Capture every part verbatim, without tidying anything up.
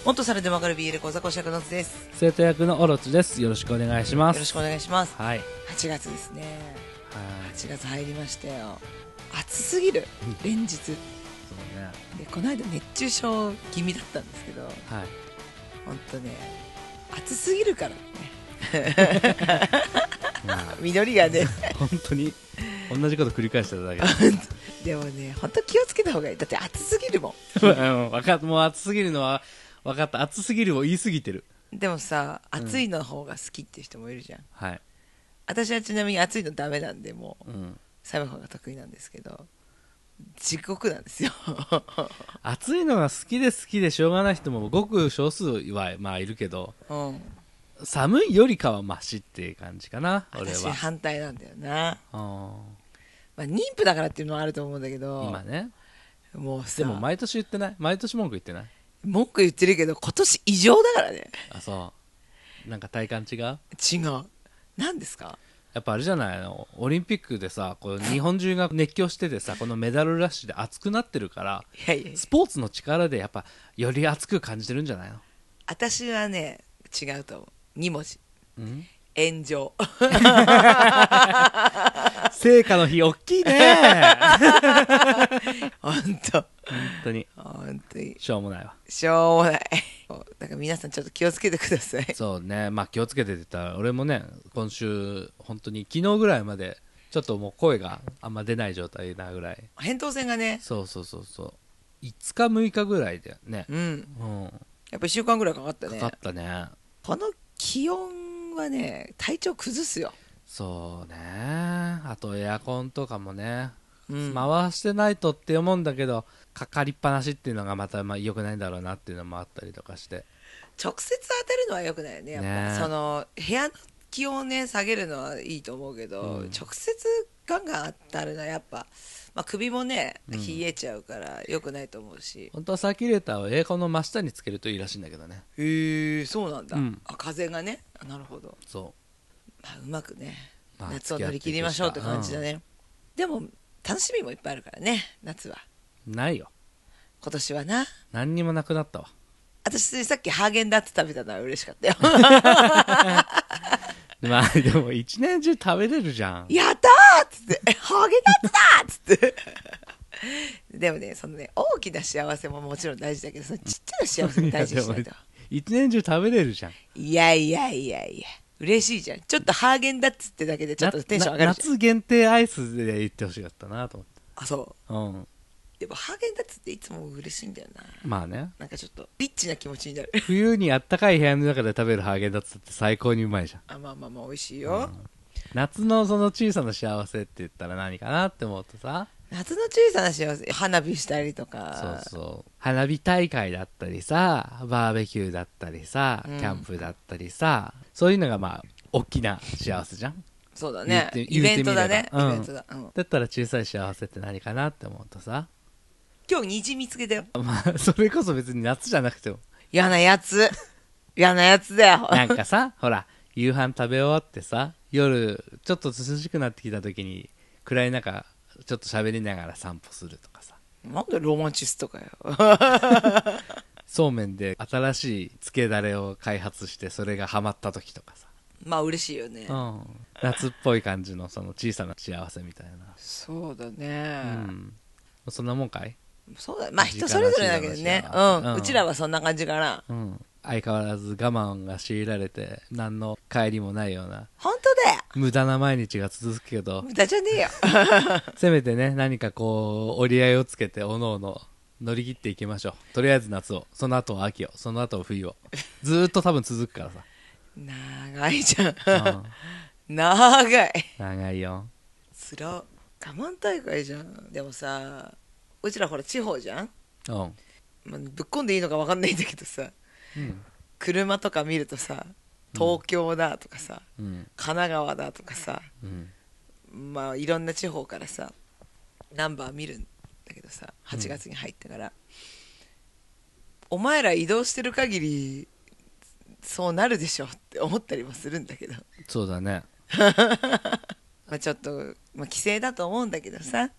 元されてわかる ビーエル 講座講師役のつです。 生徒役のオロチです。よろしくお願いします。 よろしくお願いします。 はい。 はちがつですね。 はい。 はちがつ入りましたよ。暑すぎる、連日。そうね。でこの間熱中症気味だったんですけど、はい。本当ね、暑すぎるからね。緑がね。 本当に同じこと繰り返してただけ。 でもね、本当気をつけた方がいい。だって暑すぎるもん。 分かっもう暑すぎるのは分かった。暑すぎるを言い過ぎてる。 でもさ、暑いの方が好きっていう人もいるじゃん。 はい。 私はちなみに暑いのダメなんで、もう、うん、寒い方が得意なんですけど、地獄なんですよ。 暑いのが好きで好きでしょうがない人もごく少数はまあいるけど、うん、寒いよりかはマシっていう感じかな。俺は私反対なんだよな。 うん、 まあ、妊婦だからっていうのはあると思うんだけど、 今ね。 もうさ、 でも毎年言ってない？毎年文句言ってない？ 文句言ってるけど今年異常だからね。 あ、そう。なんか体感違う？ 違う。何ですか？ やっぱあれじゃないの、オリンピックでさ、こう日本中が熱狂しててさ、このメダルラッシュで熱くなってるから、いやいやいや、スポーツの力でやっぱより熱く感じてるんじゃないの？ 私はね、違うと思う。に文字。ん？炎上。 聖火の日大きいね。 本当。 本当に。 本当に。 しょうもないわ。 しょうもない。だから皆さんちょっと気をつけてください。 そうね、まあ気をつけてって言ったら、俺もね、今週本当に昨日ぐらいまでちょっともう声があんま出ない状態なぐらい。 扁桃腺がね。 そうそうそうそう。いつかむいかぐらいだよね。うん。うん。 やっぱいっしゅうかんぐらいかかったね。 かかったね。 この気温はね、体調崩すよ。 そうね。あとエアコンとかもね、うん、回してないとって思うんだけど、かかりっぱなしっていうのがまたまあ良くないんだろうなっていうのもあったりとかして、 直接当たるのは良くないよね。やっぱね、その部屋の気温をね下げるのはいいと思うけど、うん、直接ガンガン当たるのはやっぱ、まあ、首もね冷えちゃうから良くないと思うし、 うん、本当はサーキュレーターをエアコンの真下につけるといいらしいんだけどね。 へえ、そうなんだ、うん、あ、風がね、なるほど。 そう、 まあ、うまくね、まあ、夏を乗り切りましょうって感じだね、うん、でも楽しみもいっぱいあるからね、夏は。 ないよ今年はな。 何にもなくなったわ。 私さっきハーゲンダッツ食べたのは嬉しかったよ。 まあでも一年中食べれるじゃん。 やったーっつってハーゲンダッツだーっつってでもね、そのね、大きな幸せももちろん大事だけど、そのちっちゃな幸せも大事にしないと。 一年中食べれるじゃん。 いやいやいやいや、嬉しいじゃん。ちょっとハーゲンダッツってだけでちょっとテンション上がるじゃん。 夏限定アイスで言ってほしかったなと思って。 あ、そう。 うん。 でもハーゲンダッツっていつも嬉しいんだよな。 まあね。 なんかちょっとリッチな気持ちになる。 冬にあったかい部屋の中で食べるハーゲンダッツって最高にうまいじゃん。 あ、まあまあまあ美味しいよ。うん、 夏のその小さな幸せって言ったら何かなって思うとさ。 夏の小さな幸せ、花火したりとか。 そうそう。花火大会だったりさ、バーベキューだったりさ、キャンプだったりさ、うん、そういうのがまあ大きな幸せじゃん。 そうだね。イベントだね。うん、イベントだ。うん、 だったら小さい幸せって何かなって思うとさ。 今日虹見つけたよ。 まあ、それこそ別に夏じゃなくても。 嫌なやつ。嫌なやつだよ。 なんかさ、ほら、夕飯食べ終わってさ、夜、ちょっと涼しくなってきた時に、暗い中、ちょっと喋りながら散歩するとかさ。 なんでロマンチストかよ。 そうめんで新しい漬けだれを開発して、それがハマった時とかさ。 まあ嬉しいよね。 うん。夏っぽい感じのその小さな幸せみたいな。 そうだね。 うん。そんなもんかい？ そうだ、まあ人それぞれだけどね、うん、うん、うちらはそんな感じかな、 うん、相変わらず我慢が強いられて何の帰りもないような、 本当だよ、 無駄な毎日が続くけど、 無駄じゃねえよせめてね、何かこう折り合いをつけておのおの乗り切っていきましょう。とりあえず夏を、その後は秋を、その後は冬を、ずーっと多分続くからさ。 長いじゃん、うん、長い長いよ。 つら、我慢大会じゃん。でもさ、うちらほら地方じゃん、うん、まあ、ぶっこんでいいのか分かんないんだけどさ、うん、車とか見るとさ、東京だとかさ、うん、神奈川だとかさ、うん、まあいろんな地方からさナンバー見るんだけどさ、はちがつに入ってから、うん、お前ら移動してる限りそうなるでしょって思ったりもするんだけど。 そうだねまあちょっと、まあ、規制だと思うんだけどさ、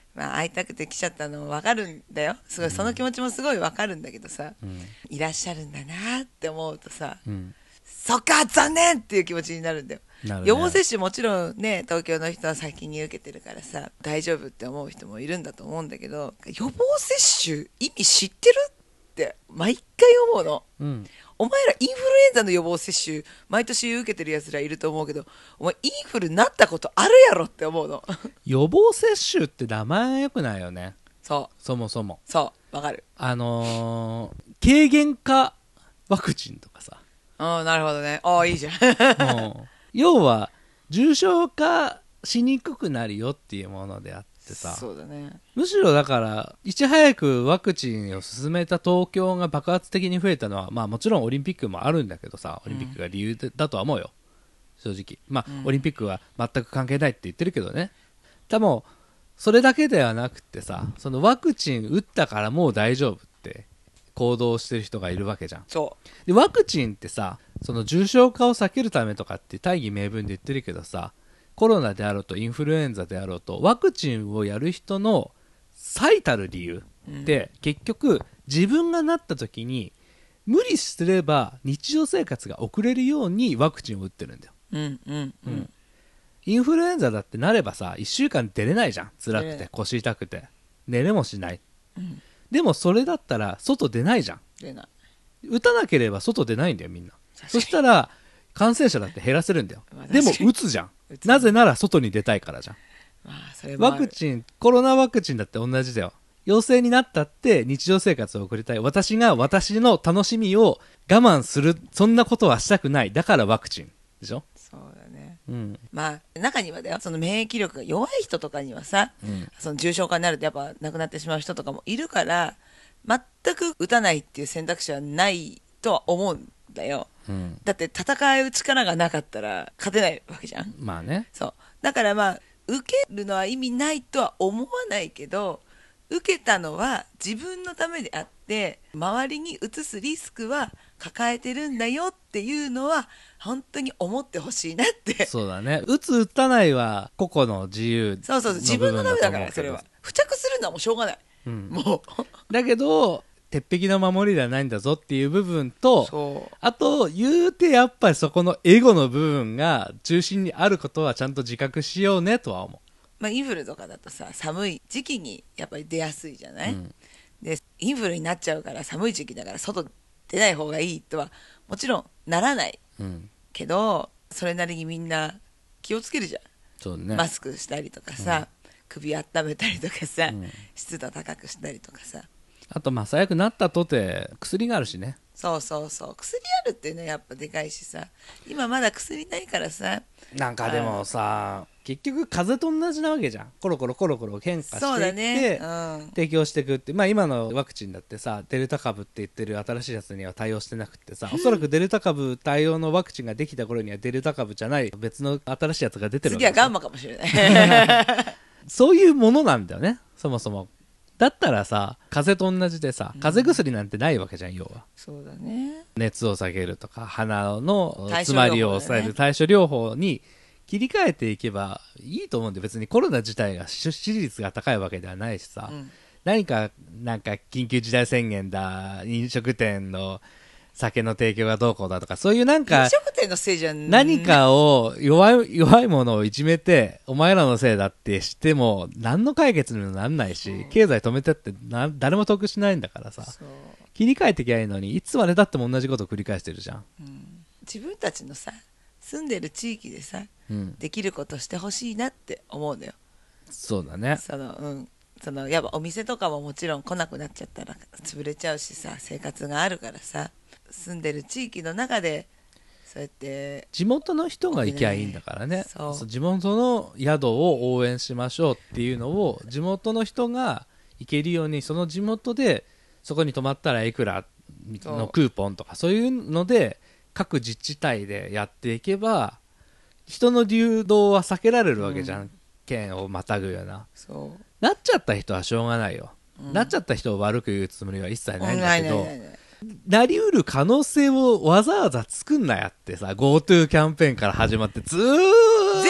まあ会いたくて来ちゃったの分かるんだよ、すごいその気持ちもすごい分かるんだけどさ、うん、いらっしゃるんだなって思うとさ、うん、そっか残念っていう気持ちになるんだよ、ね、予防接種もちろんね東京の人は先に受けてるからさ大丈夫って思う人もいるんだと思うんだけど、予防接種意味知ってるって毎回思うの、うん、お前らインフルエンザの予防接種毎年受けてるやつらいると思うけど、お前インフルになったことあるやろって思うの予防接種って名前が良くないよね。 そうそもそもそうわかる。 あのー、軽減化ワクチンとかさ、 ああなるほどね、ああいいじゃん要は重症化しにくくなるよっていうものであってさ、 そうだね、 むしろだからいち早くワクチンを進めた東京が爆発的に増えたのは、まあもちろんオリンピックもあるんだけどさ、オリンピックが理由だとは思うよ、正直。まあ、うん、オリンピックは全く関係ないって言ってるけどね。でもそれだけではなくてさ、そのワクチン打ったからもう大丈夫って行動してる人がいるわけじゃん。 そうでワクチンってさ、その重症化を避けるためとかって大義名分で言ってるけどさ、コロナであろうとインフルエンザであろうとワクチンをやる人の最たる理由って、うん、結局自分がなった時に無理すれば日常生活が送れるようにワクチンを打ってるんだよ、うんうんうん、インフルエンザだってなればさいっしゅうかん出れないじゃん、辛くて腰痛くて寝れもしない、うん、でもそれだったら外出ないじゃん、 出ない、 打たなければ外出ないんだよみんな。そしたら感染者だって減らせるんだよ、まあ、でも打つじゃん、なぜなら外に出たいからじゃん、まあ、それワクチンコロナワクチンだって同じだよ。陽性になったって日常生活を送りたい、私が私の楽しみを我慢する、そんなことはしたくない、だからワクチンでしょ。 そうだね、うん、まあ中にはだよ、その免疫力が弱い人とかにはさ、うん、その重症化になるとやっぱ亡くなってしまう人とかもいるから、全く打たないっていう選択肢はないとは思うんだよ、うん、だって戦う力がなかったら勝てないわけじゃん。 まあね、 そうだからまあ受けるのは意味ないとは思わないけど、受けたのは自分のためであって周りにうつすリスクは抱えてるんだよっていうのは本当に思ってほしいなって。 そうだね、打つ打たないは個々の自由の部分だと思うけど、そうそう自分のためだから、それは付着するのはもうしょうがない、うん、もうだけど鉄壁の守りではないんだぞっていう部分と、あと言うてやっぱりそこのエゴの部分が中心にあることはちゃんと自覚しようねとは思う。 まあ、インフルとかだとさ寒い時期にやっぱり出やすいじゃない、うん、でインフルになっちゃうから寒い時期だから外出ない方がいいとはもちろんならない、うん、けどそれなりにみんな気をつけるじゃん。そうね、マスクしたりとかさ、うん、首温めたりとかさ、うん、湿度高くしたりとかさ、 あとまあ最悪なったとて薬があるしね。 そうそうそう、薬あるってねやっぱでかいしさ、今まだ薬ないからさ、 なんかでもさ結局風邪と同じなわけじゃん、コロコロコロコロ変化していって、ねうん、提供していくって、まあ、今のワクチンだってさデルタ株って言ってる新しいやつには対応してなくてさ、おそらくデルタ株対応のワクチンができた頃にはデルタ株じゃない別の新しいやつが出てるわけ。 次はガンマかもしれないそういうものなんだよねそもそも。だったらさ風邪と同じでさ、風邪薬なんてないわけじゃん、要は。 そうだね、 熱を下げるとか鼻の詰まりを抑える対処療法に切り替えていけばいいと思うんで、別にコロナ自体が致死率が高いわけではないしさ、うん、何かなんか緊急事態宣言だ、飲食店の酒の提供がどうこうだとか、そういうなんか飲食店のせいじゃん、 何かを弱い弱いものをいじめてお前らのせいだってしても何の解決にもなんないし、経済止めてってな誰も得しないんだからさ、切り替えてきゃいいのにいつまでだっても同じことを繰り返してるじゃん、うん、 自分たちのさ住んでる地域でさ、うん、できることしてほしいなって思うのよ。 そうだね、 その、うん、そのやっぱお店とかももちろん来なくなっちゃったら潰れちゃうしさ、生活があるからさ、住んでる地域の中でそうやって地元の人が行きゃいいんだからね。そうそう、地元の宿を応援しましょうっていうのを地元の人が行けるように、その地元でそこに泊まったらいくらのクーポンとかそういうので各自治体でやっていけば人の流動は避けられるわけじゃん、うん、県をまたぐような。そうなっちゃった人はしょうがないよ、うん、なっちゃった人を悪く言うつもりは一切ないんだけど、うん、ないないないない、なりうる可能性をわざわざ作んなやってさ、 GoTo キャンペーンから始まってずーっと全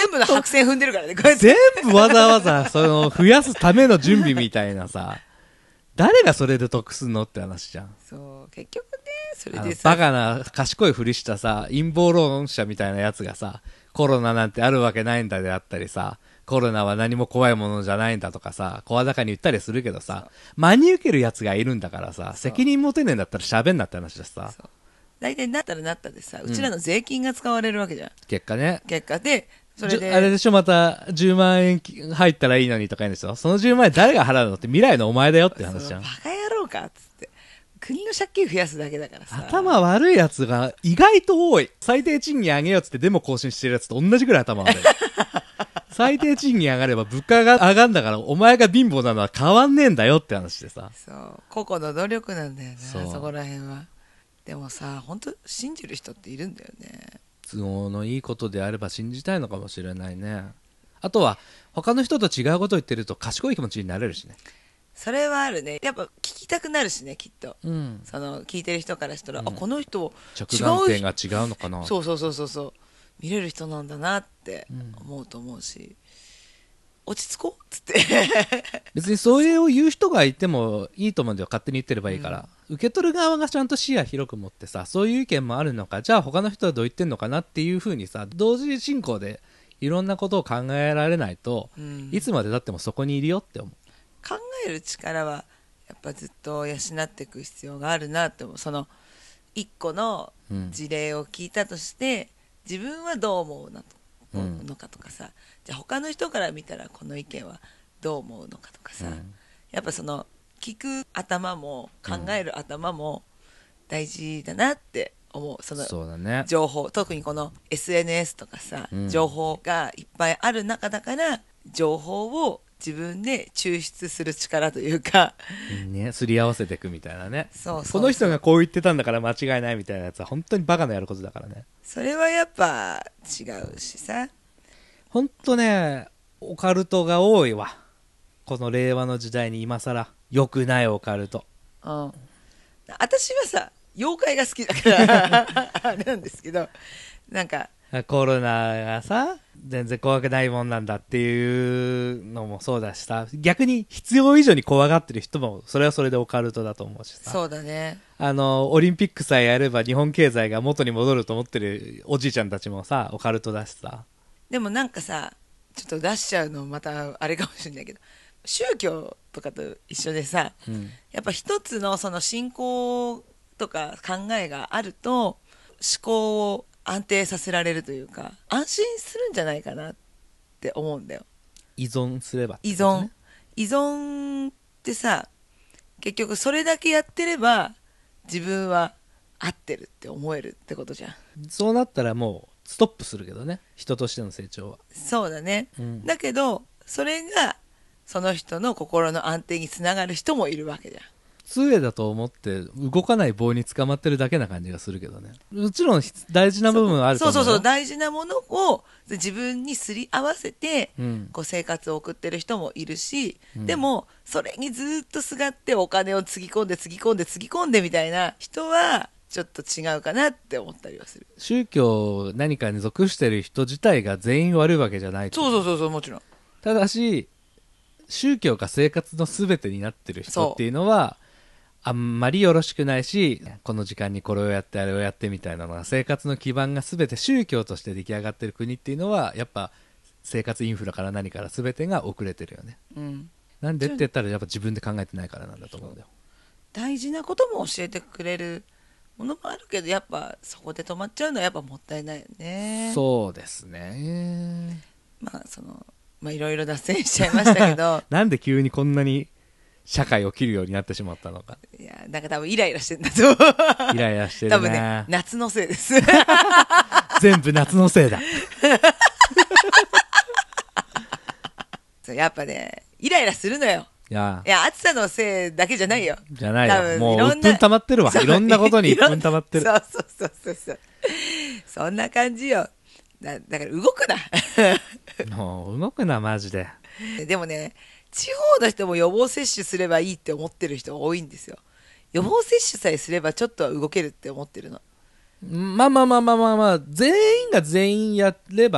全部の白線踏んでるからね、こうやって全部わざわざその増やすための準備みたいなさ誰がそれで得すんのって話じゃん。 そう結局ね、それでさバカな賢いふりしたさ陰謀論者みたいなやつがさ、コロナなんてあるわけないんだであったりさ、コロナは何も怖いものじゃないんだとかさ、声高に言ったりするけどさ、真に受けるやつがいるんだからさ、責任持てねえんだったら喋んなって話だしさ。 大体なったらなったでさ、うちらの税金が使われるわけじゃん、うん、 結果ね。 結果でそれであれでしょ、またじゅうまんえん入ったらいいのにとか言うんでしょ。そのじゅうまんえん誰が払うのって未来のお前だよって話じゃん。 バカ野郎かっつって、国の借金増やすだけだからさ。 頭悪いやつが意外と多い。最低賃金上げようっつってデモ更新してるやつと同じぐらい頭悪い最低賃金上がれば物価が上がんだからお前が貧乏なのは変わんねえんだよって話でさ。 そう個々の努力なんだよね、 そ, そこら辺は。でもさ本当信じる人っているんだよね。 都合のいいことであれば信じたいのかもしれないね。あとは他の人と違うことを言ってると賢い気持ちになれるしね。 それはあるね。やっぱ聞きたくなるしね、きっと、 うん、 その聞いてる人からしたら、うん、あこの人着眼点が違うのかな。 そうそうそうそうそう見れる人なんだなって思うと思うし、うん、落ち着こうっつって別にそれを言う人がいてもいいと思うんだよ。勝手に言ってればいいから、うん、受け取る側がちゃんと視野広く持ってさ、そういう意見もあるのか、じゃあ他の人はどう言ってんのかなっていう風にさ、同時進行でいろんなことを考えられないと、うん、いつまでだってもそこにいるよって思う。 考える力はやっぱずっと養っていく必要があるなって思う。その一個の事例を聞いたとして、うん、自分はどう思うのかとかさ、うん、じゃあ他の人から見たらこの意見はどう思うのかとかさ、うん、やっぱその聞く頭も考える頭も大事だなって思う。その情報、ね、特にこの エスエヌエス とかさ、うん、情報がいっぱいある中だから情報を自分で抽出する力というか、 ね、すり合わせていくみたいなね。 そうそうそう、 この人がこう言ってたんだから間違いないみたいなやつは本当にバカのやることだからね。 それはやっぱ違うしさ、 本当ねオカルトが多いわこの令和の時代に今更。良くないオカルト、 うん、私はさ妖怪が好きだからあれなんですけど、なんかコロナがさ全然怖くないもんなんだっていうのもそうだしさ、逆に必要以上に怖がってる人もそれはそれでオカルトだと思うしさ。 そうだね、 あのオリンピックさえやれば日本経済が元に戻ると思ってるおじいちゃんたちもさオカルトだしさ。 でもなんかさちょっと出しちゃうのまたあれかもしれないけど、宗教とかと一緒でさ、うん、やっぱ一つのその信仰とか考えがあると思考を安定させられるというか安心するんじゃないかなって思うんだよ。 依存すれば、ね、 依存依存ってさ結局それだけやってれば自分は合ってるって思えるってことじゃん。 そうなったらもうストップするけどね、人としての成長は。 そうだね、うん、だけどそれがその人の心の安定につながる人もいるわけじゃん。 杖だと思って動かない棒に捕まってるだけな感じがするけどね。もちろん大事な部分はあると思うよ。 そうそうそう大事なものを自分にすり合わせて、うん、こう生活を送ってる人もいるし、うん、でもそれにずっとすがってお金をつぎ込んでつぎ込んでつぎ込んでみたいな人はちょっと違うかなって思ったりはする。 宗教何かに属してる人自体が全員悪いわけじゃない。 そうそうそうそうもちろん。 ただし宗教が生活の全てになってる人っていうのはあんまりよろしくないし、この時間にこれをやってあれをやってみたいなのが生活の基盤が全て宗教として出来上がってる国っていうのはやっぱ生活インフラから何から全てが遅れてるよね、うん、なんでって言ったらやっぱ自分で考えてないからなんだと思うんだよ。 大事なことも教えてくれるものもあるけどやっぱそこで止まっちゃうのはやっぱもったいないよね。 そうですね。 まあそのまあいろいろ脱線しちゃいましたけどなんで急にこんなに社会を切るようになってしまったのか。 いやなんか多分イライラしてるんだとイライラしてるね。 多分ね夏のせいです全部夏のせいだやっぱねイライラするのよ。 いやいや暑さのせいだけじゃないよ。 じゃないよ。もううっぷん溜まってるわ。いろんなことにうっぷん溜まってる。 そうそうそうそうそうそんな感じよ。だ, だから動くなもう動くなマジで。 でもね地方の人も予防接種すればいいって思ってる人が多いんですよ。予防接種さえすればちょっとは動けるって思ってるの。 まあまあまあまあまあまあ全員が全員やれば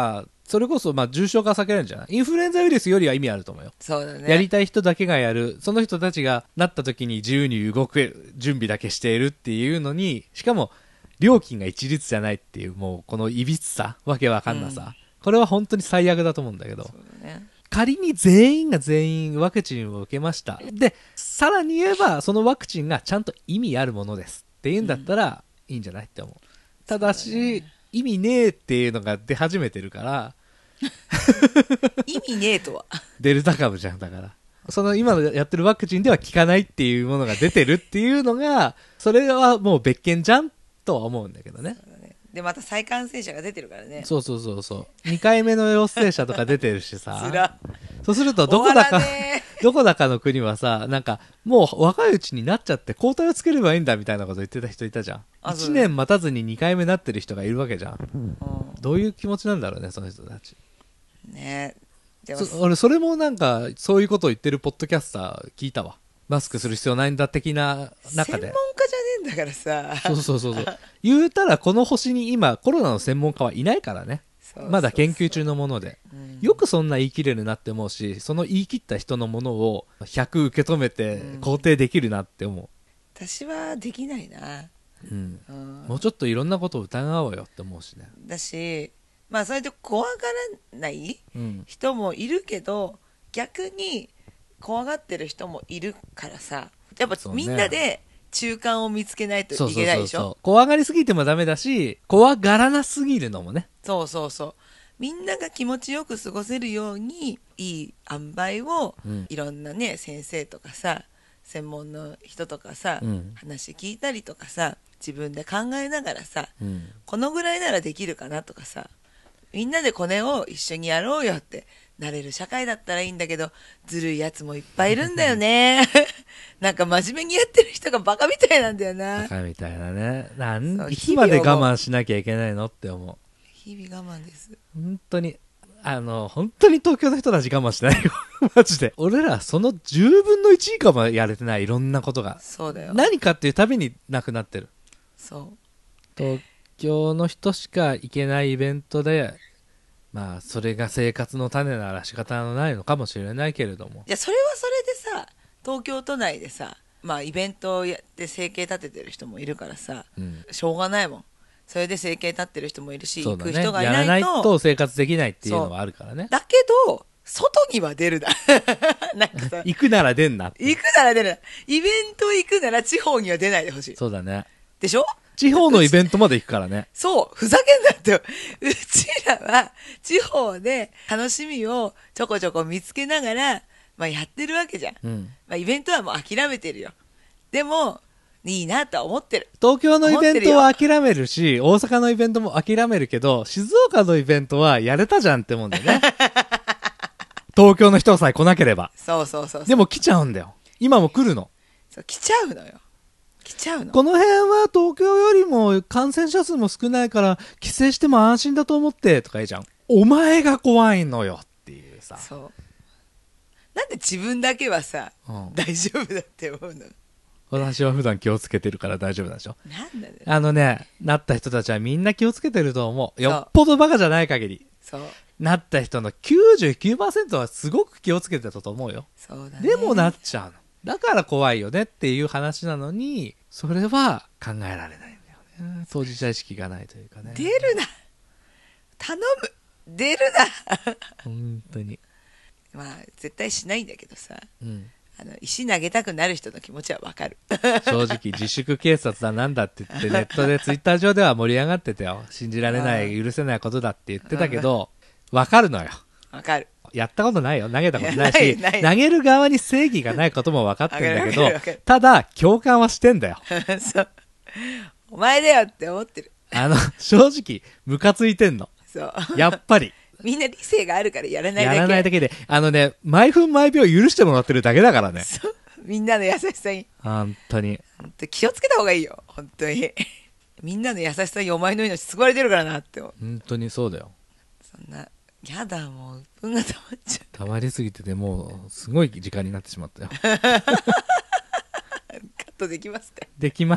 それこそまあ重症化避けられるんじゃない？インフルエンザウイルスよりは意味あると思うよ。 そうだね。 やりたい人だけがやる、その人たちがなった時に自由に動く準備だけしているっていうのに、しかも料金が一律じゃないっていう、もうこのいびつさ、わけわかんなさ、うん、これは本当に最悪だと思うんだけど、そうだね、仮に全員が全員ワクチンを受けました。で、さらに言えばそのワクチンがちゃんと意味あるものですっていうんだったらいいんじゃないって思う。ただし、ね、意味ねえっていうのが出始めてるから意味ねえとはデルタ株じゃん。だからその今やってるワクチンでは効かないっていうものが出てるっていうのが、それはもう別件じゃんとは思うんだけどね。 そうだね。でまた再感染者が出てるからね。 そうそうそうそう。にかいめの陽性者とか出てるしさ。 つら。 そうするとどこだかどこだかの国はさ、なんかもう若いうちになっちゃって抗体をつければいいんだみたいなこと言ってた人いたじゃん。いちねん待たずににかいめなってる人がいるわけじゃん、うん、どういう気持ちなんだろうね、その人たちね。でもそ俺それもなんかそういうことを言ってるポッドキャスター聞いたわ。マスクする必要ないんだ的な中で。 専門家じゃねえんだからさ。 そうそうそうそう。言うたらこの星に今コロナの専門家はいないからね。そうそうそう、まだ研究中のもので、うん、よくそんな言い切れるなって思うし、その言い切った人のものをひゃく受け止めて肯定できるなって思う、うん、 私はできないな、 うんうん、もうちょっといろんなことを疑おうよって思うしね。 だし、まあそれで怖がらない人もいるけど、うん、逆に怖がってる人もいるからさ、やっぱみんなで中間を見つけないといけないでしょ。そうそうそうそう。 怖がりすぎてもダメだし、怖がらなすぎるのもね。 そうそうそう。みんなが気持ちよく過ごせるようにいい塩梅を、うん、いろんなね先生とかさ、専門の人とかさ、うん、話聞いたりとかさ、自分で考えながらさ、うん、このぐらいならできるかなとかさ、みんなでこれを一緒にやろうよってなれる社会だったらいいんだけど、ずるいやつもいっぱいいるんだよねなんか真面目にやってる人がバカみたいなんだよな。 バカみたいなね。なんいつまで我慢しなきゃいけないのって思う。 日々我慢です。 本当にあの本当に東京の人たち我慢してないよマジで。俺らそのじゅうぶんのいち以下もやれてない、いろんなことが。 そうだよ。 何かっていうたびになくなってる。 そう。 東京の人しか行けないイベントで、まあそれが生活の種なら仕方のないのかもしれないけれども、 いやそれはそれでさ、東京都内でさ、まあイベントをやって生計立ててる人もいるからさ、うん、しょうがないもん。それで生計立ってる人もいるし、 そうだね、 行く人がいないとやらないと生活できないっていうのはあるからね。 だけど外には出るななんかさ行くなら出んなって。 行くなら出るな。イベント行くなら地方には出ないでほしい。 そうだね。 でしょ。 地方のイベントまで行くからね。 そう、ふざけんなって。うちらは地方で楽しみをちょこちょこ見つけながら、まあ、やってるわけじゃん、うん、まあ、イベントはもう諦めてるよ。でもいいなとは思ってる。 東京のイベントは諦めるし、大阪のイベントも諦めるけど、静岡のイベントはやれたじゃんって思うんだよね東京の人さえ来なければ。 そうそうそうそう。 でも来ちゃうんだよ。今も来るの。 そう来ちゃうのよ。来ちゃうの。 この辺は東京よりも感染者数も少ないから帰省しても安心だと思ってとか言うじゃん。お前が怖いのよっていうさ。 そう。なんで自分だけはさ、うん、大丈夫だって思うの。 私は普段気をつけてるから大丈夫なんでしょ。 なんだよ。 あのね、なった人たちはみんな気をつけてると思う。よっぽどバカじゃない限り。 そう。 なった人の きゅうじゅうきゅうパーセント はすごく気をつけてたと思うよ。 そうだね。 でもなっちゃうの。だから怖いよねっていう話なのに、それは考えられないんだよね。当事者意識がないというかね。 出るな。頼む。出るな。 本当に。 まあ絶対しないんだけどさ。うん。あの石投げたくなる人の気持ちはわかる正直自粛警察だなんだって言ってネットでツイッター上では盛り上がってたよ。信じられない許せないことだって言ってたけどわかるのよ。 わかる。 やったことないよ。投げたことないしないない投げる側に正義がないことも分かってんだけど、ただ共感はしてんだよそうお前だよって思ってる。 あの正直ムカついてんの。そうやっぱりみんな理性があるからやらないだけ。 やらないだけで、あのね、毎分毎秒許してもらってるだけだからね。 そう。みんなの優しさに。 本当に。 本当気をつけた方がいいよ。本当に。みんなの優しさにお前の命救われてるからなって。 本当にそうだよ。 そんな、やだ、もう、分が溜まっちゃう。 溜まりすぎてて、もう、すごい時間になってしまったよ。カットできますか？ できます。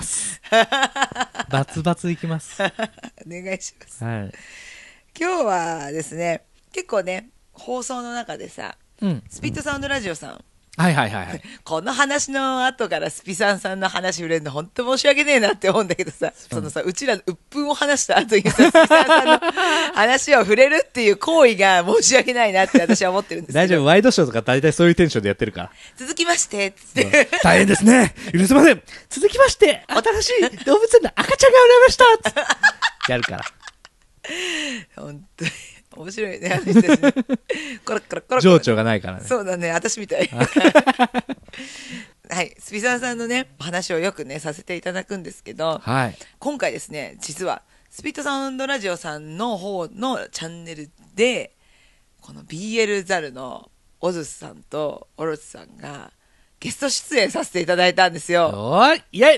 バツバツいきます。 お願いします。 はい。 今日はですね、 結構ね放送の中でさ、うん、スピットサウンドラジオさん、 はいはいはい、はい、 この話の後からスピさんさんの話触れるの本当申し訳ねえなって思うんだけどさ、うん、そのさうちら鬱憤を話した後にさスピさんさんの話を触れるっていう行為が申し訳ないなって私は思ってるんですけど。 大丈夫、ワイドショーとか大体そういうテンションでやってるから。 続きましてつって大変ですね、許せません、続きまして新しい動物園の赤ちゃんが生まれましたってやるから本当に面白いね、あの人たちね。コロッコロッコロッ情緒がないからね。 そうだね、私みたい。はい、スピサーさんのね話をよくねさせていただくんですけど、はい、今回ですね、実はスピットサウンドラジオさんの方のチャンネルでこの ビーエル ザルのオズスさんとオロチさんがゲスト出演させていただいたんですよ。 おーい、イェイ、パチパチパチパチ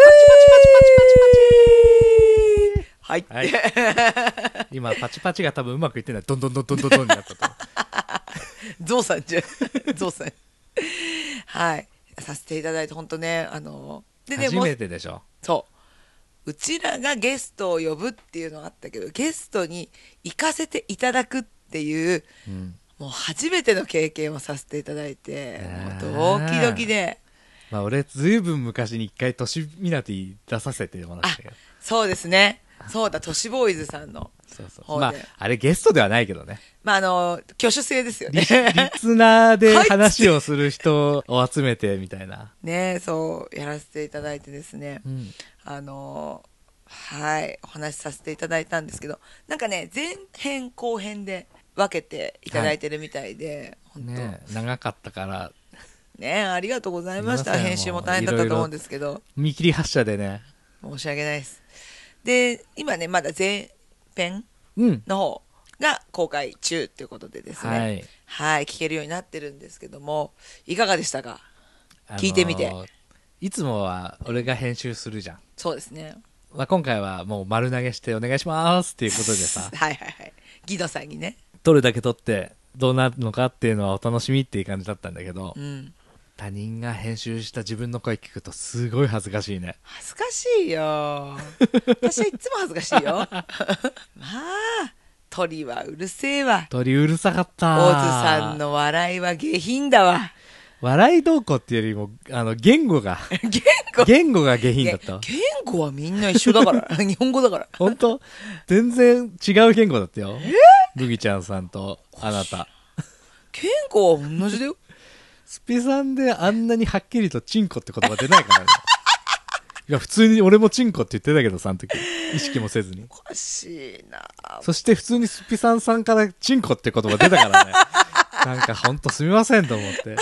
パチパチ、はい、はい、今パチパチが多分うまくいってない、ドンドンドンドンドンドンになったとゾウさんじゃんゾウさんはいさせていただいて、本当ね、あのでね、初めてでしょ。 そううちらがゲストを呼ぶっていうのはあったけど、ゲストに行かせていただくっていう、うん、もう初めての経験をさせていただいて、もうドキドキで、 まあ、俺ずいぶん昔に一回都市ミナティ出させてもらったけど。 そうですね、そうだ、都市ボーイズさんのそうそう、まああれゲストではないけどね、 まああの挙手制ですよね。リスナーで話をする人を集めてみたいなね、そうやらせていただいてですね、うん、あのはいお話しさせていただいたんですけど、なんかね前編後編で分けていただいてるみたいで、はい、本当ね、長かったからね、ありがとうございました。編集も大変だったと思うんですけど、 見切り発車でね、 申し訳ないです。で今ねまだ前編の方が公開中ということでですね、はい、はい、聞けるようになってるんですけども、いかがでしたか、あのー、聞いてみて。 いつもは俺が編集するじゃん。 そうですね、 まあ、今回はもう丸投げしてお願いしますっていうことでさはいはいはい、ギドさんにね撮るだけ撮ってどうなるのかっていうのはお楽しみっていう感じだったんだけど、うん、他人が編集した自分の声聞くとすごい恥ずかしいね。 恥ずかしいよ私はいつも恥ずかしいよまあ鳥はうるせえわ。 鳥うるさかった。 大津さんの笑いは下品だわ。 笑いどうこうっていうよりもあの言語が言語言語が下品だったわ。 言語はみんな一緒だから日本語だから本当全然違う言語だったよ。麦ちゃんさんとあなた言語は同じだよ。 スピさんであんなにはっきりとチンコって言葉出ないからねいや普通に俺もチンコって言ってたけどさ、あの時意識もせずに。 おかしいな。 そして普通にスピさんさんからチンコって言葉出たからねなんかほんとすみませんと思って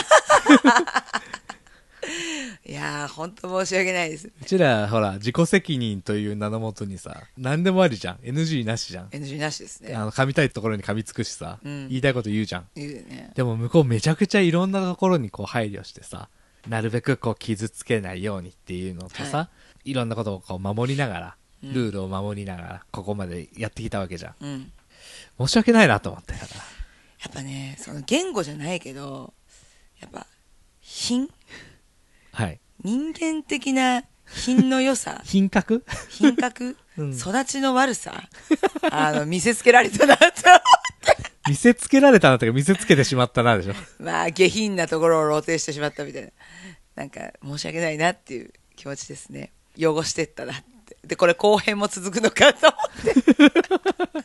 いやーほんと申し訳ないです。 うちらほら自己責任という名のもとにさ何でもありじゃん。 エヌジー なしじゃん。 エヌジー なしですね。 あの噛みたいところに噛みつくしさ、うん、言いたいこと言うじゃん。 言うね。 でも向こうめちゃくちゃいろんなところにこう配慮してさ、なるべくこう傷つけないようにっていうのとさ、はい、いろんなことをこう守りながら、うん、ルールを守りながらここまでやってきたわけじゃん、うん、申し訳ないなと思ったから。やっぱねその言語じゃないけどやっぱ品、 はい、 人間的な品の良さ品格品格、うん、育ちの悪さあの見せつけられたなと思って見せつけられたなとか見せつけてしまったなでしょまあ下品なところを露呈してしまったみたいな、なんか申し訳ないなっていう気持ちですね。汚してったなって。でこれ後編も続くのかと思って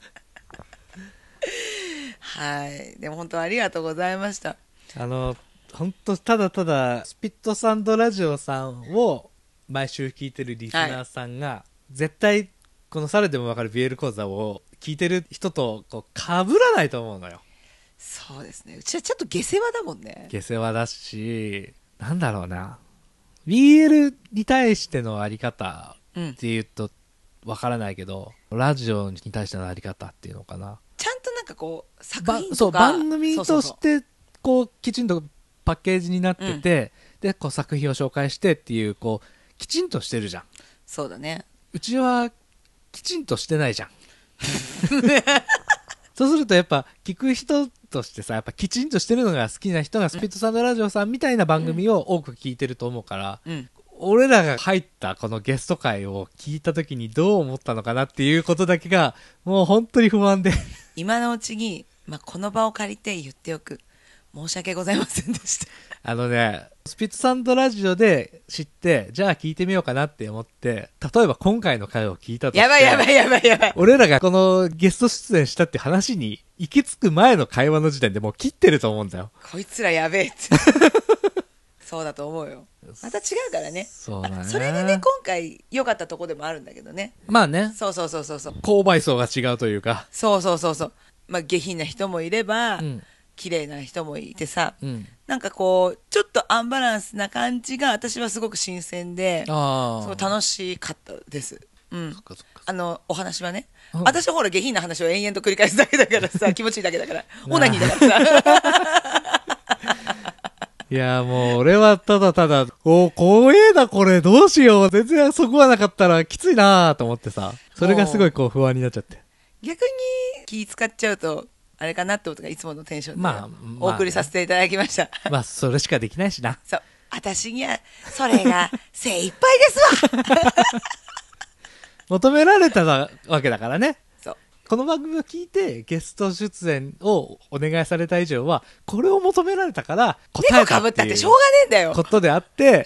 はいでも本当ありがとうございました。 あの本当ただただスピットサンドラジオさんを毎週聞いてるリスナーさんが、はい、絶対この猿でも分かる ビーエル 講座を聞いてる人とこう被らないと思うのよ。 そうですね、うちはちょっと下世話だもんね。 下世話だし、なんだろうな、 ビーエル に対してのあり方っていうと分からないけど、うん、ラジオに対してのあり方っていうのかな、 ちゃんとなんかこう作品とかそう番組としてこうきちんとパッケージになってて、うん、でこう作品を紹介してっていうこうきちんとしてるじゃん。 そうだね。 うちはきちんとしてないじゃんそうするとやっぱ聞く人としてさ、やっぱきちんとしてるのが好きな人がスピットサンドラジオさんみたいな番組を多く聞いてると思うから、うん、俺らが入ったこのゲスト会を聞いた時にどう思ったのかなっていうことだけがもう本当に不安で今のうちにまあ、この場を借りて言っておく。申し訳ございませんでした。 あのね、スピッツサンドラジオで知って、じゃあ聞いてみようかなって思って、例えば今回の回を聞いたとして、 やばいやばいやばいやばい。 俺らがこのゲスト出演したって話に行き着く前の会話の時点でもう切ってると思うんだよ。 こいつらやべえって。そうだと思うよ。また違うからね。 そうだね。 それがね、今回良かったとこでもあるんだけどね。 まあね。 そうそうそうそうそう。 購買層が違うというか。 そうそうそうそう。まあ下品な人もいれば、 うん綺麗な人もいてさ、 うん、 なんかこうちょっとアンバランスな感じが私はすごく新鮮で、 あすごい楽しかったです。うん。 そっかそっか。 あのお話はね、 うん、 私はほら下品な話を延々と繰り返すだけだからさ、気持ちいいだけだから、オナニーだからさ。 いやもう俺はただただ、お怖えなこれどうしよう、全然そこはなかったらきついなと思ってさ、それがすごいこう不安になっちゃって。 逆に気使っちゃうとあれかなってことがいつものテンションで、 まあ、 お送りさせていただきました。 まあそれしかできないしな。 そう、私にはそれが精一杯ですわ。 求められたわけだからね。 そう、 この番組を聞いてゲスト出演をお願いされた以上はこれを求められたから答えたっていうことであって、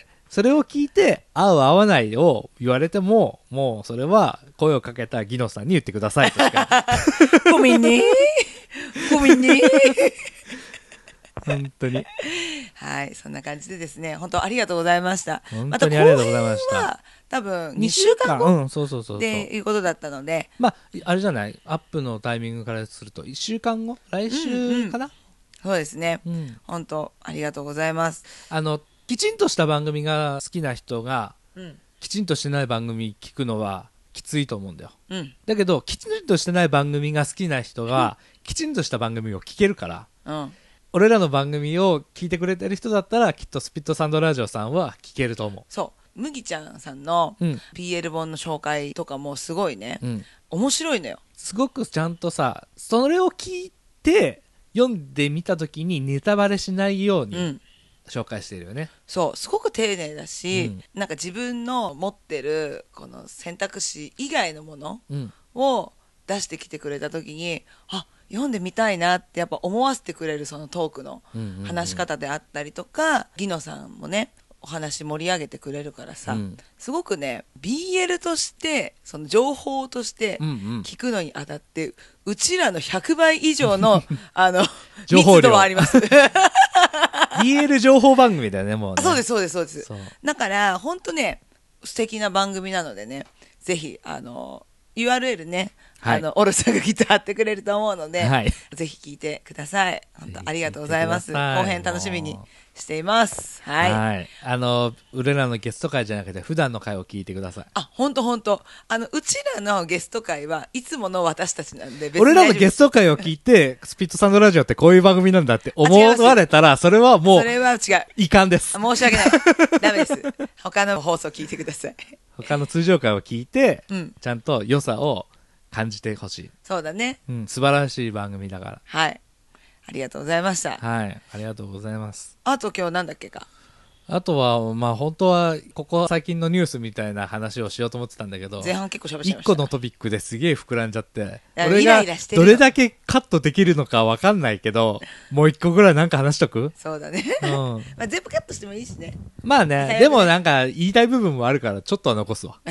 それを聞いて合う合わないを言われても、もうそれは声をかけたギノさんに言ってくださいとしか。 ごめんねごめんね。 本当に。 はい、そんな感じでですね、本当ありがとうございました。 本当にありがとうございました。 また後編は多分にしゅうかんご、 うん、そうそうそうそうっていうことだったので、 まああれじゃない、アップのタイミングからするといっしゅうかんご、来週かな。うんうん、 そうですね、 うん、 本当ありがとうございます。 あのきちんとした番組が好きな人が、うん、きちんとしてない番組聞くのはきついと思うんだよ、うん、だけどきちんとしてない番組が好きな人が、うん、きちんとした番組を聞けるから、うん、俺らの番組を聞いてくれてる人だったらきっとスピットサンドラジオさんは聞けると思う。 そう麦ちゃんさんの ピーエル 本の紹介とかもすごいね、うん、面白いのよ。 すごくちゃんとさ、それを聞いて読んでみた時にネタバレしないように、うん紹介してるよね。 そう、すごく丁寧だし、うん、なんか自分の持ってるこの選択肢以外のものを出してきてくれた時に、うん、あ、読んでみたいなってやっぱ思わせてくれるそのトークの話し方であったりとか、うんうんうん、ギノさんもねお話盛り上げてくれるからさ、うん、すごくね ビーエル としてその情報として聞くのにあたって、うんうん、うちらのひゃくばい以上のあの情報量密度はあります。 ビーエル 情報番組だよね、もうね。 そうですそうですそうです。だから本当ね素敵な番組なのでね、ぜひあの ユーアールエル ね、はい、あのオロさんがきっと貼ってくれると思うので、はい、ぜひ聞いてください。本当ありがとうございます。後編楽しみにしています。はい。はい、 あの俺らのゲスト会じゃなくて普段の会を聞いてください。 あ、本当本当。あのうちらのゲスト会はいつもの私たちなんで、別に俺らのゲスト会を聞いてスピットサンドラジオってこういう番組なんだって思われたらそれはもうそれは違う。 遺憾です。 申し訳ない。ダメです。他の放送聞いてください。 他の通常会を聞いて、うん、ちゃんと良さを感じてほしい。 そうだね。 うん、素晴らしい番組だから。 はい。ありがとうございました。 はい、ありがとうございます。 あと今日なんだっけか。 あとはまあ本当はここ最近のニュースみたいな話をしようと思ってたんだけど、 前半結構喋っちゃいました。 一個のトピックですげえ膨らんじゃって、俺がどれだけカットできるのかわかんないけど、もう一個ぐらいなんか話しとく？ そうだね。うん。まあ全部カットしてもいいしね。 まあね、でもなんか言いたい部分もあるからちょっとは残すわ。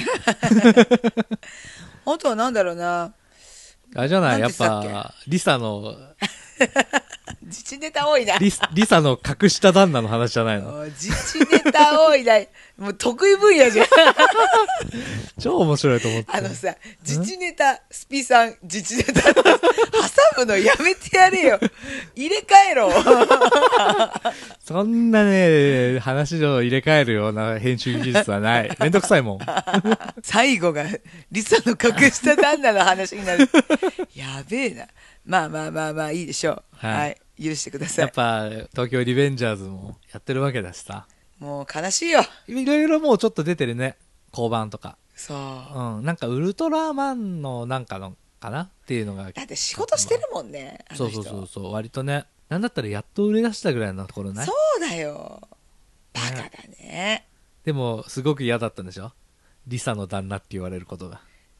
本当はなんだろうな。 あれじゃない、やっぱリサの自治ネタ多いな。 リ, リサの隠した旦那の話じゃないの。 自治ネタ多いな。もう得意分野じゃん。 超面白いと思って。 あのさ、自治ネタ、スピさん、自治ネタ、挟むのやめてやれよ。入れ替えろ。 そんなね、話を入れ替えるような編集技術はない。めんどくさいもん。 最後が、リサの隠した旦那の話になる。やべえな。まあまあまあまあいいでしょう。はい。はい、許してください。 やっぱ、東京リベンジャーズもやってるわけだしさ。 もう悲しいよ。 いろいろもうちょっと出てるね。交番とか。 そう。 うん。なんかウルトラマンのなんかのかなっていうのが。 だって仕事してるもんね。 まあ、そうそうそうそう。割とね。なんだったらやっと売れ出したぐらいのところね。 そうだよ。バカだね。 でも、すごく嫌だったんでしょ？リサの旦那って言われることが。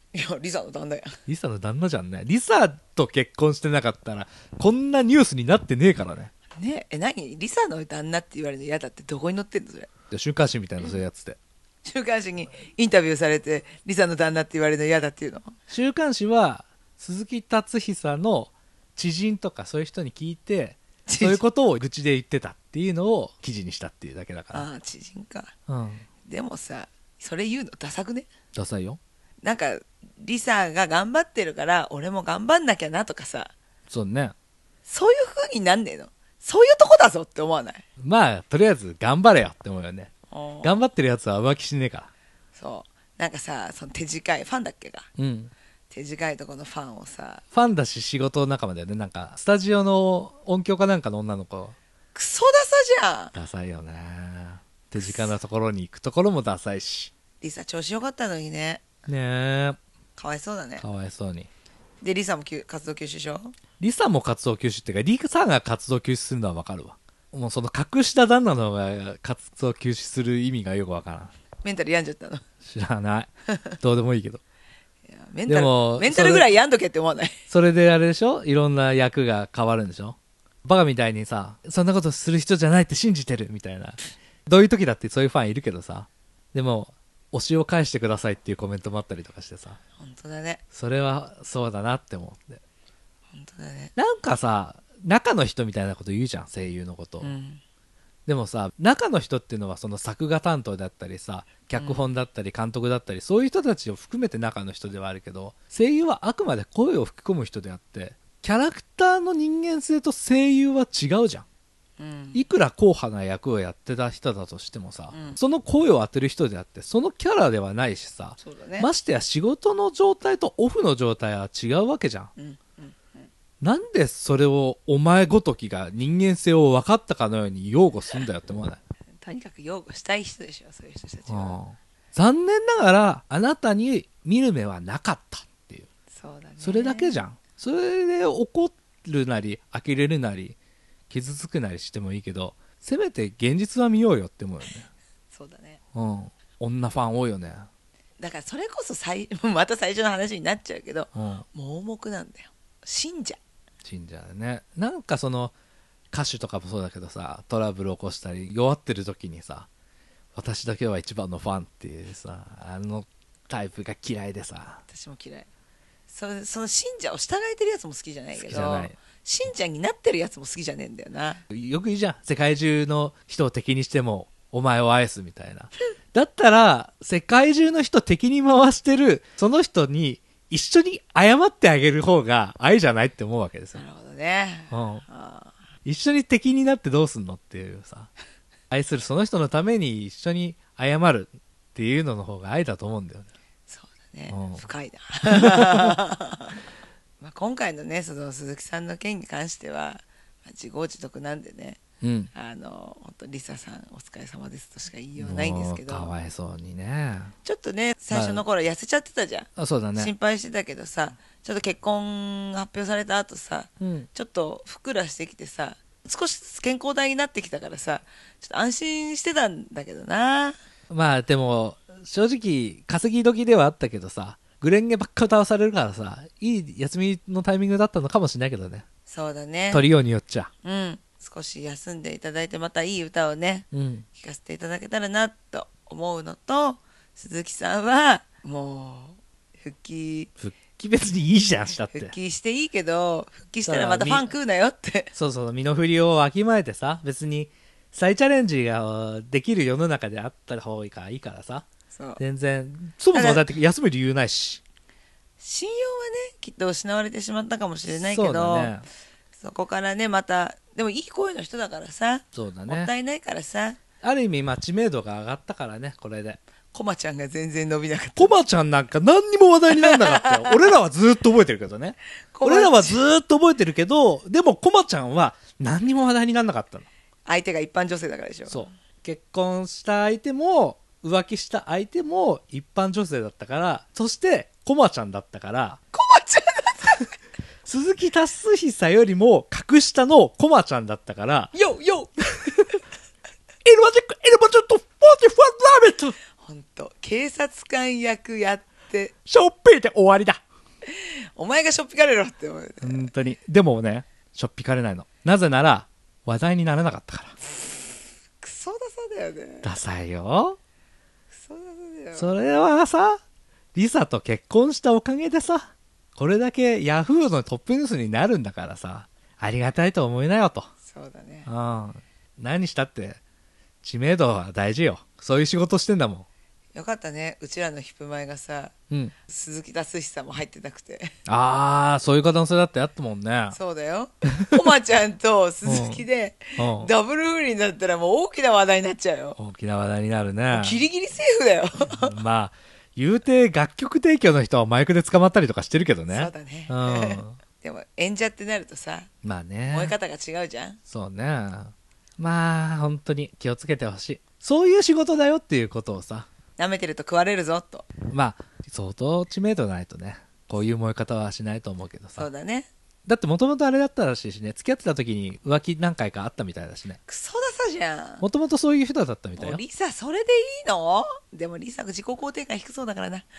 いやリサの旦那や。 リサの旦那じゃんね。リサと結婚してなかったらこんなニュースになってねえからね。 ねえ、何リサの旦那って言われるの嫌だってどこに載ってんのそれ。 週刊誌みたいなそういうやつで。 週刊誌にインタビューされてリサの旦那って言われるの嫌だっていうの。 週刊誌は鈴木達久の知人とかそういう人に聞いてそういうことを愚痴で言ってたっていうのを記事にしたっていうだけだから。 ああ知人か、 うん、 でもさそれ言うのダサくね。 ダサいよ。 なんかリサが頑張ってるから俺も頑張んなきゃなとかさ。 そうね。 そういう風になんねえの。そういうとこだぞって思わない？ まあとりあえず頑張れよって思うよね。頑張ってるやつは浮気しねえから。 そうなんかさその手近いファンだっけか、 うん、 手近いとこのファンをさ。 ファンだし仕事仲間だよね。なんかスタジオの音響かなんかの女の子クソダサじゃん。 ダサいよね。手近なところに行くところもダサいし。 リサ調子よかったのにね。 ねえかわいそうだね。 かわいそうに。 でリサも活動休止でしょ。 リサも活動休止っていうかリサが活動休止するのは分かるわ。もうその隠した旦那の方が活動休止する意味がよく分からん。 メンタル病んじゃったの。 知らないどうでもいいけど。 いやメンタルでもメンタルぐらい病んどけって思わない？ それであれでしょ、いろんな役が変わるんでしょ。バカみたいにさそんなことする人じゃないって信じてるみたいな。どういう時だってそういうファンいるけどさ、でも推しを返してくださいっていうコメントもあったりとかしてさ。 本当だね。 それはそうだなって思って。 本当だね。 なんかさ中の人みたいなこと言うじゃん声優のこと、うん、でもさ中の人っていうのはその作画担当だったりさ脚本だったり監督だったり、うん、そういう人たちを含めて中の人ではあるけど、声優はあくまで声を吹き込む人であってキャラクターの人間性と声優は違うじゃん、うん、いくら硬派な役をやってた人だとしてもさ、うん、その声を当てる人であってそのキャラではないしさ、そうだね、ましてや仕事の状態とオフの状態は違うわけじゃん、うん、なんでそれをお前ごときが人間性を分かったかのように擁護するんだよって思わない？ とにかく擁護したい人でしょそういう人たちは。 残念ながらあなたに見る目はなかったっていう、 そうだね、 それだけじゃん。それで怒るなり呆れるなり傷つくなりしてもいいけどせめて現実は見ようよって思うよね。 そうだね、 うん、女ファン多いよね。 だからそれこそ最また最初の話になっちゃうけど、うん、盲目なんだよ信者。 信者だね。なんかその歌手とかもそうだけどさトラブル起こしたり弱ってる時にさ私だけは一番のファンっていうさあのタイプが嫌いでさ。 私も嫌い。 そ, その信者を従えてるやつも好きじゃないけど信者になってるやつも好きじゃねえんだよな。 よく言うじゃん世界中の人を敵にしてもお前を愛すみたいなだったら世界中の人敵に回してるその人に一緒に謝ってあげる方が愛じゃないって思うわけですよ。 なるほどね、うん、 あ一緒に敵になってどうすんのっていうさ愛するその人のために一緒に謝るっていうのの方が愛だと思うんだよね。 そうだね、うん、深いなまあ今回のねその鈴木さんの件に関しては、まあ、自業自得なんでね、うん、あの本当リサさんお疲れ様ですとしか言いようないんですけど、 かわいそうにね。 ちょっとね最初の頃痩せちゃってたじゃん、 まあ、そうだね、 心配してたけどさちょっと結婚発表された後さ、うん、ちょっとふっくらしてきてさ少し健康体になってきたからさちょっと安心してたんだけどな。 まあでも正直稼ぎ時ではあったけどさグレンゲばっか歌わされるからさいい休みのタイミングだったのかもしれないけどね。 そうだね、 トリオによっちゃうん少し休んでいただいてまたいい歌をね、うん、聴かせていただけたらなと思うのと鈴木さんはもう復帰復帰別にいいじゃんしたって復帰していいけど復帰したらまたファン食うなよってそうそう身の振りをわきまえてさ別に再チャレンジができる世の中であった方がいいからさそう全然そもそもだって休む理由ないし信用はねきっと失われてしまったかもしれないけど そ,、ね、そこからねまたでもいい声の人だからさそうだ、ね、もったいないからさある意味まあ知名度が上がったからねこれでコマちゃんが全然伸びなかった。 コマちゃんなんか何にも話題にならなかったよ俺らはずっと覚えてるけどね俺らはずっと覚えてるけどでもコマちゃんは何にも話題にならなかったの。 相手が一般女性だからでしょ。 そう結婚した相手も浮気した相手も一般女性だったからそしてコマちゃんだったからコマちゃんだった鈴木達久よりも格下のコマちゃんだったからヨーヨーエルマジックエルマジットフォーティーフォーラビットほんと警察官役やっってしょっぴいて終わりだ。 お前がしょっぴかれろって思うよね。 本当に。でもね、しょっぴかれないの。なぜなら話題にならなかったから。 クソダサだよね。 ダサいよ。 クソダサだよ。 それはさ、リサと結婚したおかげでさ、これだけヤフーのトップニュースになるんだからさ、ありがたいと思いなよと。 そうだね。 うん。何したって知名度は大事よ。そういう仕事してんだもん。 よかったね、うちらのヒップマイがさ、うん、鈴木達久も入ってなくて。 ああ、そういう可能性だってあったもんね。 そうだよ。コマちゃんと鈴木でダブル不倫だったらもう大きな話題になっちゃうよ。 大きな話題になるね。 ギリギリセーフだよ。 まあ言うて楽曲提供の人はマイクで捕まったりとかしてるけどね。 そうだね。うん、でも演者ってなるとさ、 まあね、 燃え方が違うじゃん。 そうね。まあ本当に気をつけてほしい。そういう仕事だよっていうことをさ、 舐めてると食われるぞと。 まあ相当知名度ないとね、こういう燃え方はしないと思うけどさ。 そうだね。 だってもともとあれだったらしいしね、付き合ってた時に浮気何回かあったみたいだしね。 クソダサじゃん。 もともとそういう人だったみたいよ。 リサそれでいいの？でもリサ自己肯定感低そうだからな。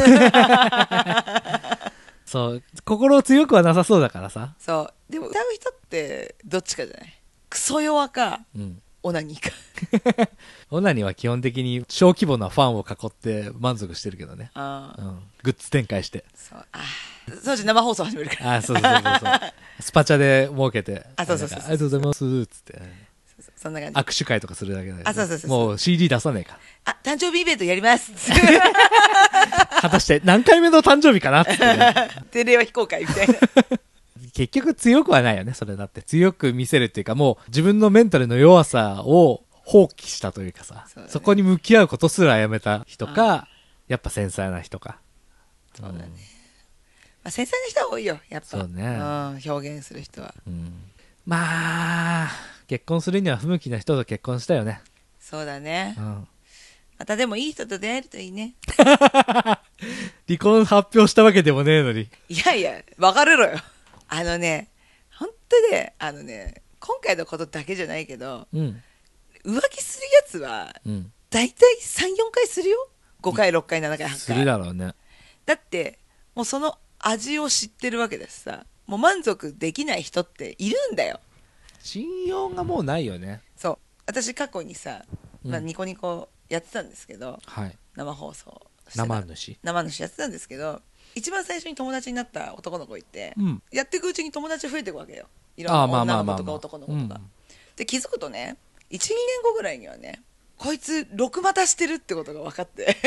そう、心強くはなさそうだからさ。 そうでも歌う人ってどっちかじゃない？クソ弱か、うん、オナニーか。 オナニーは基本的に小規模なファンを囲って満足してるけどね。あ、うん、グッズ展開して。そう、あそうじゃ生放送始めるから。 あ、そうそうそうそうスパチャで儲けて、 あ、そうそうそうそう、 ありがとうございますっつって、 そんな感じ。 握手会とかするだけだけど、 あ、そうそうそう、 もう シーディー 出さねえか。 あ、誕生日イベントやります。 果たして何回目の誕生日かなっつって、ね、 定例は非公開みたいな。 結局強くはないよね、それだって。強く見せるっていうか、もう自分のメンタルの弱さを放棄したというかさ、 そ,、ね、そこに向き合うことすらやめた人か、やっぱ繊細な人か。 そうだね、うん、まあ、繊細な人は多いよやっぱ。 そうね、うん、 表現する人は、うん、 まあ結婚するには不向きな人と結婚したよね。 そうだね、うん、またでもいい人と出会えるといいね。 離婚発表したわけでもねえのに。 いやいや別れろよ。あのね本当で、あのね今回のことだけじゃないけど、うん、浮気するやつは、うん、大体さん、よんかいするよ。ごかい、ろっかい、ななかい、はっかいするだろうね。 だってもうその味を知ってるわけだしさ、もう満足できない人っているんだよ。 信用がもうないよね。 そう、私過去にさ、まあ、ニコニコやってたんですけど、 うん、 生放送生主生主やってたんですけど、一番最初に友達になった男の子いて、うん、やっていくうちに友達増えていくわけよ。いろんな女の子とか男の子とかで、気づくとね いちにねんごぐらいにはね、こいつろく股してるってことが分かって。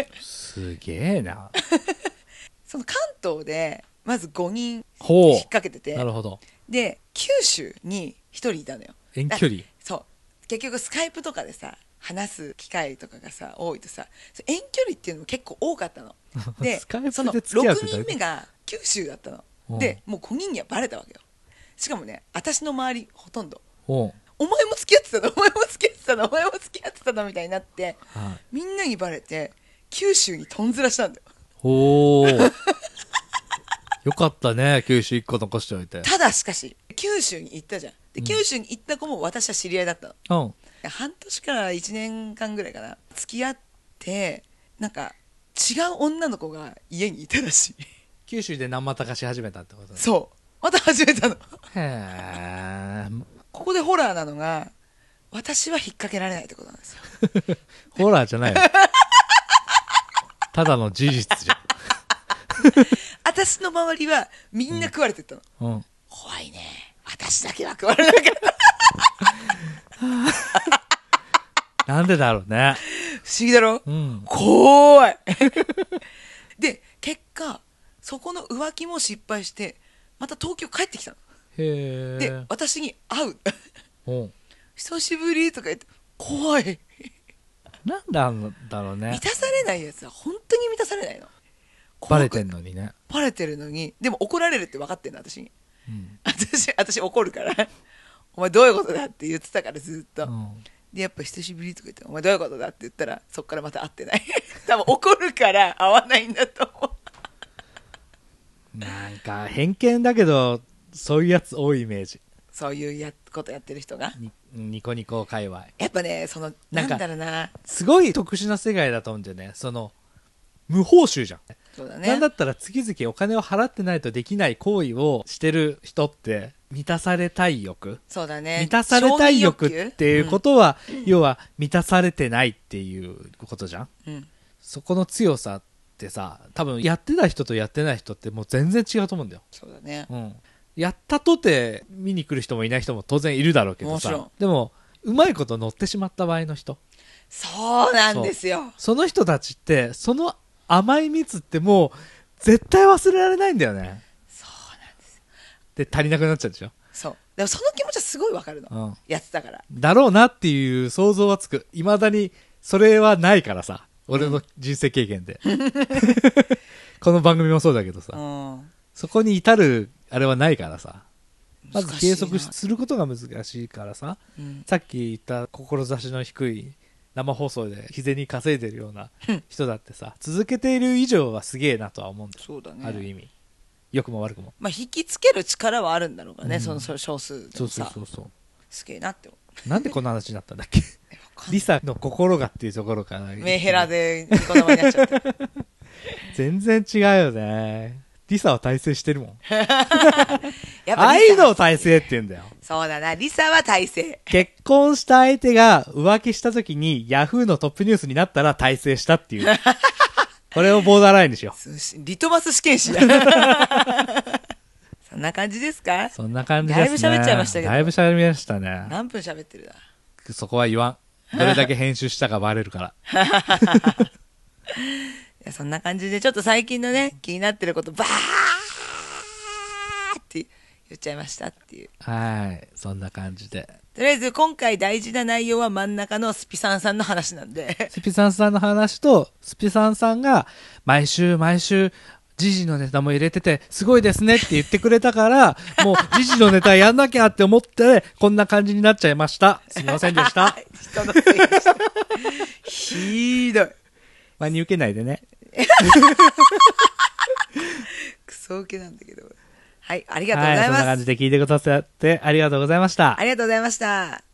すげえな。 その関東でまずごにん引っ掛けてて、 なるほど。 で九州にひとりいたのよ。 遠距離。 そう、結局スカイプとかでさ話す機会とかがさ多いとさ、遠距離っていうのも結構多かったの。でそのろくにんめが九州だったの。でもうごにんにはバレたわけよ。しかもね、私の周りほとんどお前も付き合ってたのお前も付き合ってたのお前も付き合ってたのみたいになって、はい、みんなにバレて九州にとんずらしたんだよ。 おーよかったね、九州いっこ残しておいて。 ただしかし九州に行ったじゃん。で、うん、九州に行った子も私は知り合いだったの、うん、半年からいちねんかんぐらいかな付き合って、なんか違う女の子が家にいたらしい。 九州で何股かし始めたってことね。 そう、また始めたの。 へー。 ここでホラーなのが、私は引っ掛けられないってことなんですよ。 ホラーじゃないよ。ただの事実じゃん。 私の周りはみんな食われてったの、うんうん、怖いね。私だけは食われなかった。 なんでだろうね。 不思議だろ、うん、怖い。で結果そこの浮気も失敗してまた東京帰ってきたの。 へで私に会う。久しぶりとか言って、怖い。 なんなんだろうね。 満たされないやつは本当に満たされないの。 バレてんのにね。 バレてるのに、でも怒られるって分かってんの私に、うん、私私怒るからお前どういうことだって言ってたからずっと、うん、でやっぱ久しぶりとか言って、お前どういうことだって言ったらそっからまた会ってない。多分怒るから会わないんだと思う。なんか偏見だけどそういうやつ多いイメージ。 そういうやことやってる人がにニコニコ界隈やっぱね、そのなんだろうな、 すごい特殊な世界だと思うんだよね。その無報酬じゃん。 そうだね。 なんだったら月々お金を払ってないとできない行為をしてる人って満たされたい欲。 そうだね。 満たされたい欲っていうことは、うん、要は満たされてないっていうことじゃん、うん、そこの強さってさ、多分やってない人とやってない人ってもう全然違うと思うんだよ。 そうだね、 うん、やったとて見に来る人もいない人も当然いるだろうけどさ、でもうまいこと乗ってしまった場合の人、 そうなんですよ。 そ, その人たちってその甘い蜜ってもう絶対忘れられないんだよね。 そうなんですよ。 で足りなくなっちゃうでしょ。 そう。でもその気持ちはすごいわかるの、うん、やってたからだろうなっていう想像はつく。いまだにそれはないからさ、俺の人生経験で、うん、この番組もそうだけどさ、うん、そこに至るあれはないからさ、まず計測することが難しいからさ、うん、さっき言った志の低い生放送で日銭稼いでるような人だってさ、続けている以上はすげえなとは思うんだよ。 そうだね。 ある意味良くも悪くも、 まあ、引きつける力はあるんだろうからね、うん、そのその少数でもさ、 そうそうそうそう、 すげえなって思う。 なんでこんな話になったんだっけリサの心がっていうところかな。 メンヘラでニコ生になっちゃった全然違うよね。リサは大成してるもんやっぱああいうのを大成って言うんだよ。 そうだな、リサは大成。 結婚した相手が浮気した時にヤフーのトップニュースになったら大成したっていうこれをボーダーラインにしよう。 リトマス試験紙そんな感じですか。 そんな感じですね。 だいぶ喋っちゃいましたけど。 だいぶ喋りましたね。 何分喋ってるだ。 そこは言わん。どれだけ編集したかバレるからいや、そんな感じでちょっと最近のね気になってることバーって言っちゃいましたっていう。 はい、そんな感じで、 とりあえず今回大事な内容は真ん中のスピさんさんの話なんでスピさんさんの話と、スピさんさんが毎週毎週ジジのネタも入れててすごいですねって言ってくれたからもうジジのネタやんなきゃって思ってこんな感じになっちゃいました。すみませんでした人のせいでしたひどい。 真に受けないでねクソ受けなんだけど。はい、ありがとうございます。はい、 そんな感じで聞いてくださってありがとうございました。 ありがとうございました。